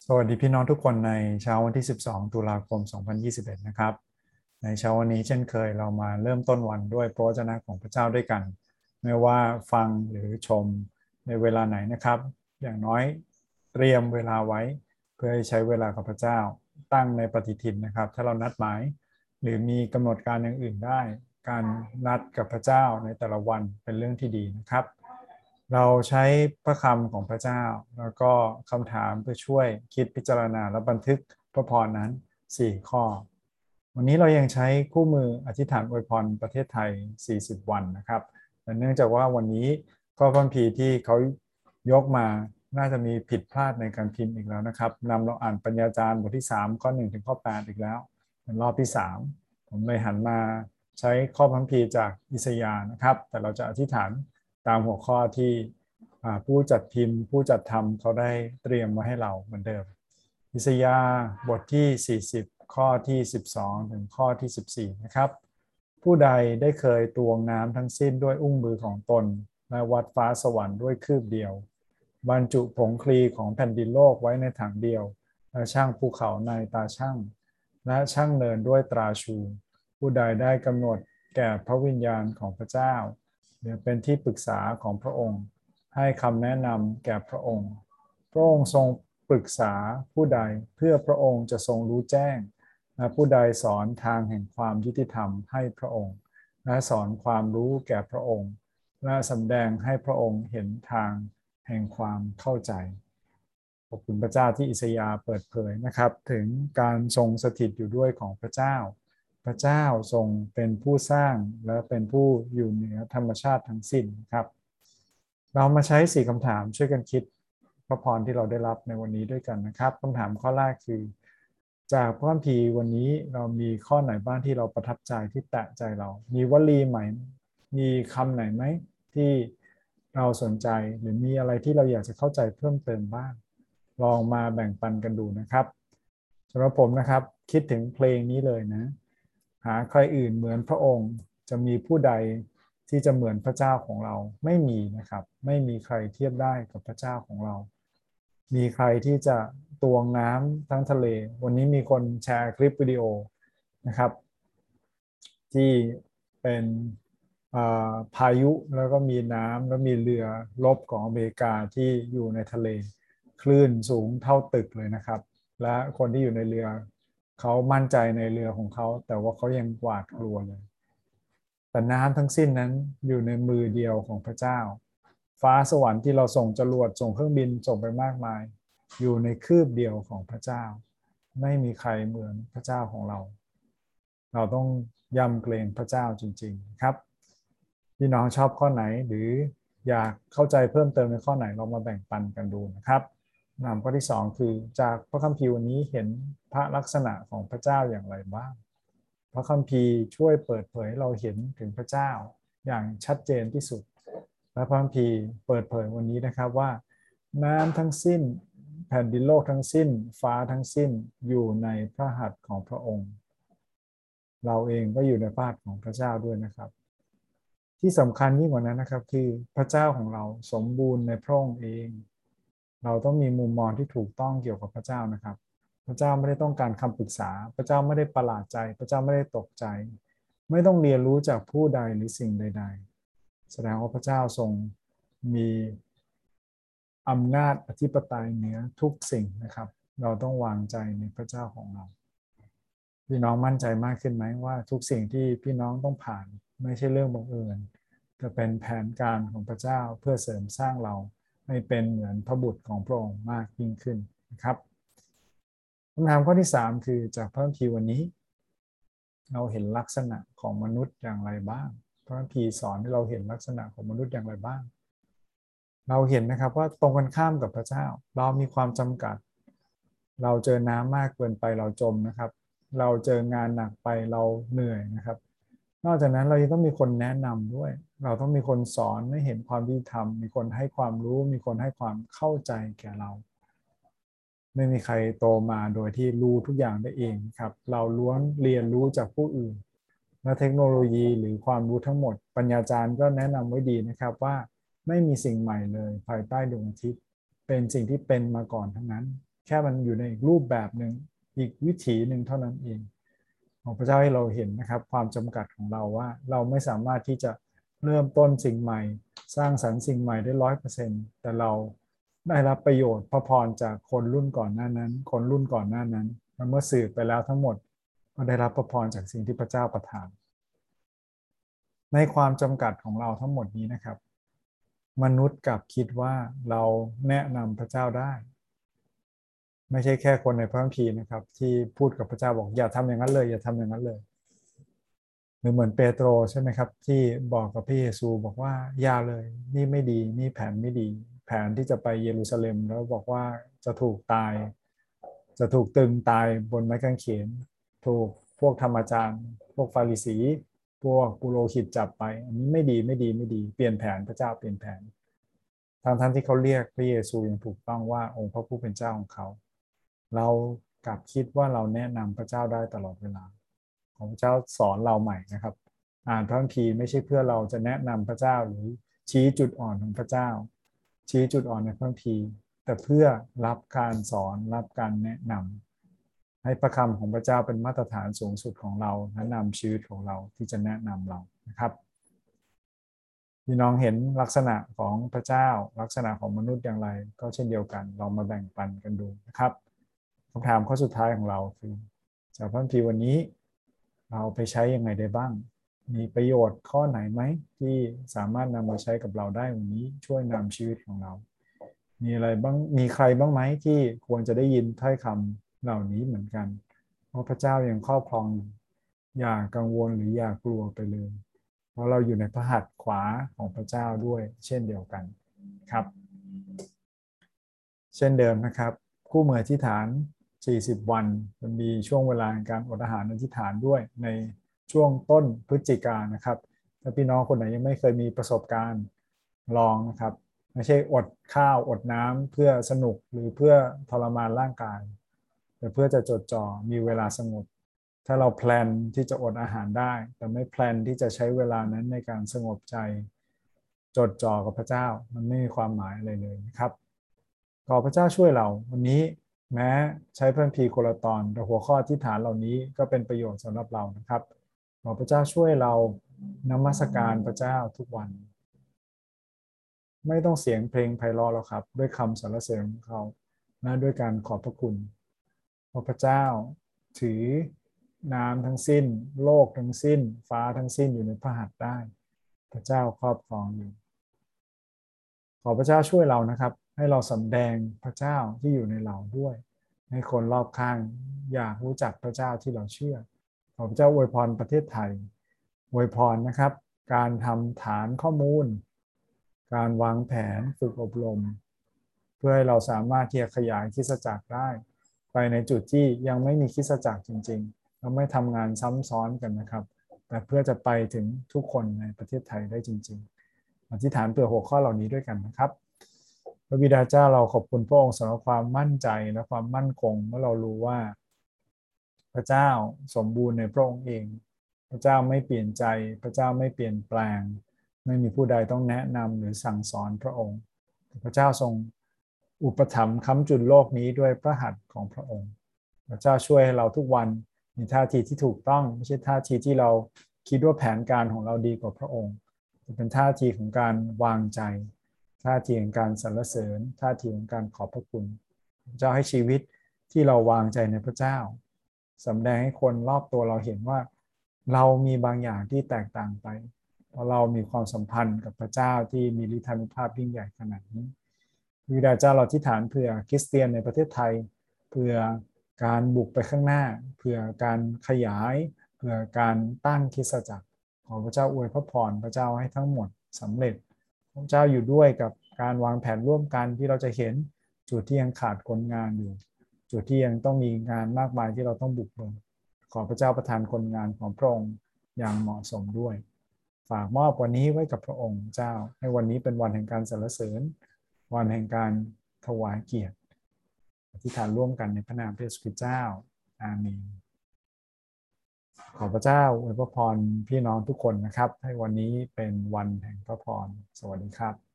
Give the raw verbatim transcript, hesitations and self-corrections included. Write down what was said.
สวัสดีพี่น้องทุกคนในเช้าวันที่สิบสองตุลาคมสองพันยี่สิบเอ็ดนะครับในเช้าวันนี้เช่นเคยเรามาเริ่มต้นวันด้วยพระวจนะของพระเจ้าด้วยกันไม่ว่าฟังหรือชมในเวลาไหนนะครับอย่างน้อยเตรียมเวลาไว้เพื่อให้ใช้เวลากับพระเจ้าตั้งในปฏิทินนะครับถ้าเรานัดหมายหรือมีกำหนดการอย่างอื่นได้การนัดกับพระเจ้าในแต่ละวันเป็นเรื่องที่ดีนะครับเราใช้พระคำของพระเจ้าแล้วก็คำถามเพื่อช่วยคิดพิจารณาและบันทึกพระพรนั้นสี่ข้อวันนี้เรายังใช้คู่มืออธิษฐานอวยพรประเทศไทยสี่สิบวันนะครับแต่เนื่องจากว่าวันนี้ข้อพระคัมภีร์ที่เขายกมาน่าจะมีผิดพลาดในการพิมพ์อีกแล้วนะครับนำเราอ่านปัญญาจารย์บทที่สามข้อหนึ่งถึงข้อแปดอีกแล้วเป็นรอบที่สามผมเลยหันมาใช้ข้อพระคัมภีร์จากอิสยาห์นะครับแต่เราจะอธิษฐานตามหัวข้อที่ผู้จัดพิมพ์ผู้จัดทำเขาได้เตรียมมาให้เราเหมือนเดิมอิสยาห์บทที่สี่สิบข้อที่สิบสองถึงข้อที่สิบสี่นะครับผู้ใดได้เคยตวงน้ำทั้งสิ้นด้วยอุ้งมือของตนและวัดฟ้าสวรรค์ด้วยคืบเดียวบรรจุผงคลีของแผ่นดินโลกไว้ในถังเดียวและช่างภูเขาในตาช่างและช่างเนินด้วยตราชูผู้ใดได้กำหนดแก่พระวิญญาณของพระเจ้าหรือเป็นที่ปรึกษาของพระองค์ให้คำแนะนำแก่พระองค์พระองค์ทรงปรึกษาผู้ใดเพื่อพระองค์จะทรงรู้แจ้งและผู้ใดสอนทางแห่งความยุติธรรมให้พระองค์และสอนความรู้แก่พระองค์และสำแดงให้พระองค์เห็นทางแห่งความเข้าใจขอบคุณพระเจ้าที่อิสยาห์เปิดเผยนะครับถึงการทรงสถิตอยู่ด้วยของพระเจ้าพระเจ้าทรงเป็นผู้สร้างและเป็นผู้อยู่เหนือธรรมชาติทั้งสิ้นครับเรามาใช้สี่คำถามช่วยกันคิดพระพรที่เราได้รับในวันนี้ด้วยกันนะครับคำถามข้อแรกคือจากพระคัมภีร์วันนี้เรามีข้อไหนบ้างที่เราประทับใจที่แตะใจเรามีวลีใหม่มีคำไหนไหมที่เราสนใจหรือมีอะไรที่เราอยากจะเข้าใจเพิ่มเติมบ้างลองมาแบ่งปันกันดูนะครับสำหรับผมนะครับคิดถึงเพลงนี้เลยนะหาใครอื่นเหมือนพระองค์จะมีผู้ใดที่จะเหมือนพระเจ้าของเราไม่มีนะครับไม่มีใครเทียบได้กับพระเจ้าของเรามีใครที่จะตวงน้ำทั้งทะเลวันนี้มีคนแชร์คลิปวิดีโอนะครับที่เป็นพายุแล้วก็มีน้ำแล้วมีเรือรบของอเมริกาที่อยู่ในทะเลคลื่นสูงเท่าตึกเลยนะครับและคนที่อยู่ในเรือเขามั่นใจในเรือของเขาแต่ว่าเขายังหวาดกลัวเลยแต่น้ำทั้งสิ้นนั้นอยู่ในมือเดียวของพระเจ้าฟ้าสวรรค์ที่เราส่งจรวดส่งเครื่องบินส่งไปมากมายอยู่ในคืบเดียวของพระเจ้าไม่มีใครเหมือนพระเจ้าของเราเราต้องยำเกรงพระเจ้าจริงๆครับพี่น้องชอบข้อไหนหรืออยากเข้าใจเพิ่มเติมในข้อไหนเรามาแบ่งปันกันดูนะครับนำข้อที่สองคือจากพระคัมภีร์วันนี้เห็นพระลักษณะของพระเจ้าอย่างไรบ้างพระคัมภีร์ช่วยเปิดเผยให้เราเห็นถึงพระเจ้าอย่างชัดเจนที่สุดและพระคัมภีร์เปิดเผยวันนี้นะครับว่าน้ำทั้งสิ้นแผ่นดินโลกทั้งสิ้นฟ้าทั้งสิ้นอยู่ในพระหัตถ์ของพระองค์เราเองก็อยู่ในพระหัตถ์ของพระเจ้าด้วยนะครับที่สำคัญยิ่งกว่านั้นนะครับคือพระเจ้าของเราสมบูรณ์ในพระองค์เองเราต้องมีมุมมองที่ถูกต้องเกี่ยวกับพระเจ้านะครับพระเจ้าไม่ได้ต้องการคำปรึกษาพระเจ้าไม่ได้ประหลาดใจพระเจ้าไม่ได้ตกใจไม่ต้องเรียนรู้จากผู้ใดหรือสิ่งใดๆแสดงว่าพระเจ้าทรงมีอำนาจอธิปไตยเหนือทุกสิ่งนะครับเราต้องวางใจในพระเจ้าของเราพี่น้องมั่นใจมากขึ้นไหมว่าทุกสิ่งที่พี่น้องต้องผ่านไม่ใช่เรื่องบังเอิญแต่เป็นแผนการของพระเจ้าเพื่อเสริมสร้างเราให้เป็นเหมือนพระบุตรของพระองค์มากยิ่งขึ้นนะครับคำถามข้อที่สามคือจากพระคัมภีร์วันนี้เราเห็นลักษณะของมนุษย์อย่างไรบ้างพระคัมภีร์สอนให้เราเห็นลักษณะของมนุษย์อย่างไรบ้างเราเห็นนะครับว่าตรงกันข้ามกับพระเจ้าเรามีความจำกัดเราเจอน้ำมากเกินไปเราจมนะครับเราเจองานหนักไปเราเหนื่อยนะครับนอกจากนั้นเรายังต้องมีคนแนะนำด้วยเราต้องมีคนสอนให้เห็นความยุติธรรมมีคนให้ความรู้มีคนให้ความเข้าใจแก่เราไม่มีใครโตมาโดยที่รู้ทุกอย่างได้เองครับเราล้วนเรียนรู้จากผู้อื่นและเทคโนโลยีหรือความรู้ทั้งหมดปัญญาจารย์ก็แนะนำไว้ดีนะครับว่าไม่มีสิ่งใหม่เลยภายใต้ดวงอาทิตย์เป็นสิ่งที่เป็นมาก่อนทั้งนั้นแค่มันอยู่ในอีกรูปแบบหนึ่งอีกวิถีหนึ่งเท่านั้นเองของพระเจ้าให้เราเห็นนะครับความจำกัดของเราว่าเราไม่สามารถที่จะเริ่มต้นสิ่งใหม่สร้างสรรค์สิ่งใหม่ได้ร้อยเปอร์เซ็นต์แต่เราได้รับประโยชน์พระพรจากคนรุ่นก่อนหน้านั้นคนรุ่นก่อนหน้านั้นเมื่อสืบไปแล้วทั้งหมดก็ได้รับพระพรจากสิ่งที่พระเจ้าประทานในความจำกัดของเราทั้งหมดนี้นะครับมนุษย์กลับคิดว่าเราแนะนำพระเจ้าได้ไม่ใช่แค่คนในพระคัมภีร์นะครับที่พูดกับพระเจ้าบอกอย่าทำอย่างนั้นเลยอย่าทำอย่างนั้นเลยหรือเหมือนเปโตรใช่ไหมครับที่บอกกับพระเยซูบอกว่าอย่าเลยนี่ไม่ดีนี่แผนไม่ดีแผนที่จะไปเยรูซาเล็มแล้วบอกว่าจะถูกตายจะถูกตึงตายบนไม้กางเขนถูกพวกธรรมจารย์พวกฟาริสีพวกปุโรหิตจับไปอันนี้ไม่ดีไม่ดีไม่ดีเปลี่ยนแผนพระเจ้าเปลี่ยนแผนทั้งทั้งที่เขาเรียกพระเยซูอย่างถูกต้องว่าองค์พระผู้เป็นเจ้าของเขาเรากลับคิดว่าเราแนะนำพระเจ้าได้ตลอดเวลาของพระเจ้าสอนเราใหม่นะครับอ่านพระคัมภีร์ไม่ใช่เพื่อเราจะแนะนำพระเจ้าหรือชี้จุดอ่อนของพระเจ้าชี้จุดอ่อนในพระคัมภีร์แต่เพื่อรับการสอนรับการแนะนำให้พระคำของพระเจ้าเป็นมาตรฐานสูงสุดของเราแนะนำชีวิตของเราที่จะแนะนำเรานะครับพี่น้องเห็นลักษณะของพระเจ้าลักษณะของมนุษย์อย่างไรก็เช่นเดียวกันเรามาแบ่งปันกันดูนะครับคำถามข้อสุดท้ายของเราคือจากพระคัมภีร์วันนี้เราไปใช้ยังไงได้บ้างมีประโยชน์ข้อไหนไหมที่สามารถนำมาใช้กับเราได้วันนี้ช่วยนำชีวิตของเรามีอะไรบ้างมีใครบ้างไหมที่ควรจะได้ยินถ้อยคำเหล่านี้เหมือนกันเพราะพระเจ้ายังครอบครองอย่ากังวลหรืออย่ากลัวไปเลยเพราะเราอยู่ในพระหัตถ์ขวาของพระเจ้าด้วยเช่นเดียวกันครับเช่นเดิมนะครับคู่มืออธิษฐานสี่สิบวันมันมีช่วงเวลาการอดอาหารอธิษฐานด้วยในช่วงต้นพฤศจิกายนนะครับถ้าพี่น้องคนไหนยังไม่เคยมีประสบการณ์ลองนะครับไม่ใช่อดข้าวอดน้ำเพื่อสนุกหรือเพื่อทรมานร่างกายแต่เพื่อจะจดจ่อมีเวลาสงบถ้าเราแพลนที่จะอดอาหารได้แต่ไม่แพลนที่จะใช้เวลานั้นในการสงบใจจดจ่อกับพระเจ้ามันไม่มีความหมายอะไรเลยนะครับขอพระเจ้าช่วยเราวันนี้แม้ใช้พระคัมภีร์คนละตอนแต่หัวข้อที่ฐานเหล่านี้ก็เป็นประโยชน์สำหรับเรานะครับขอพระเจ้าช่วยเรานมัสการพระเจ้าทุกวันไม่ต้องเสียงเพลงไพเราะหรอกครับด้วยคำสรรเสริญของเขาและด้วยการขอบพระคุณเพราะพระเจ้าถือน้ำทั้งสิ้นโลกทั้งสิ้นฟ้าทั้งสิ้นอยู่ในพระหัตถ์ได้พระเจ้าครอบครองอยู่ขอพระเจ้าช่วยเรานะครับให้เราสำแดงพระเจ้าที่อยู่ในเราด้วยให้คนรอบข้างอยากรู้จักพระเจ้าที่เราเชื่อขอพระเจ้าอวยพรประเทศไทยอวยพรนะครับการทำฐานข้อมูลการวางแผนฝึกอบรมเพื่อให้เราสามารถที่จะขยายคริสตจักรได้ไปในจุดที่ยังไม่มีคริสตจักรจริงๆเราไม่ทำงานซ้ำซ้อนกันนะครับแต่เพื่อจะไปถึงทุกคนในประเทศไทยได้จริงๆอธิษฐานเพื่อหัวข้อเหล่านี้ด้วยกันนะครับพระบิดาเจ้าเราขอบคุณพระองค์สำหรับความมั่นใจและความมั่นคงเมื่อเรารู้ว่าพระเจ้าสมบูรณ์ในพระองค์เองพระเจ้าไม่เปลี่ยนใจพระเจ้าไม่เปลี่ยนแปลงไม่มีผู้ใดต้องแนะนำหรือสั่งสอนพระองค์พระเจ้าทรงอุปถัมภ์ค้ำจุนโลกนี้ด้วยพระหัตถ์ของพระองค์พระเจ้าช่วยให้เราทุกวันมีท่าทีที่ถูกต้องไม่ใช่ท่าทีที่เราคิดว่าแผนการของเราดีกว่าพระองค์เป็นท่าทีของการวางใจท่าทีของการสรรเสริญท่าทีของการขอบพระคุณพระเจ้าให้ชีวิตที่เราวางใจในพระเจ้าสำแดงให้คนรอบตัวเราเห็นว่าเรามีบางอย่างที่แตกต่างไปเพราะเรามีความสัมพันธ์กับพระเจ้าที่มีฤทธานุภาพยิ่งใหญ่ขนาดนี้วิดาเจ้าเราที่ฐานเผื่อคริสเตียนในประเทศไทยเผื่อการบุกไปข้างหน้าเผื่อการขยายเผื่อการตั้งคริสตจักรขอพระเจ้าอวยพระพรพระเจ้าให้ทั้งหมดสำเร็จพระเจ้าอยู่ด้วยกับการวางแผนร่วมกันที่เราจะเห็นจุดที่ยังขาดคนงานอยู่จุดที่ยังต้องมีงานมากมายที่เราต้องบุกเบิกขอพระเจ้าประทานคนงานของพระองค์อย่างเหมาะสมด้วยฝากมอบวันนี้ไว้กับพระองค์เจ้าให้วันนี้เป็นวันแห่งการสรรเสริญวันแห่งการถวายเกียรติอธิษฐานร่วมกันในพระนามพระเยซูคริสต์เจ้าอาเมนขอพระเจ้าอวยพรพี่น้องทุกคนนะครับให้วันนี้เป็นวันแห่งพระพรสวัสดีครับ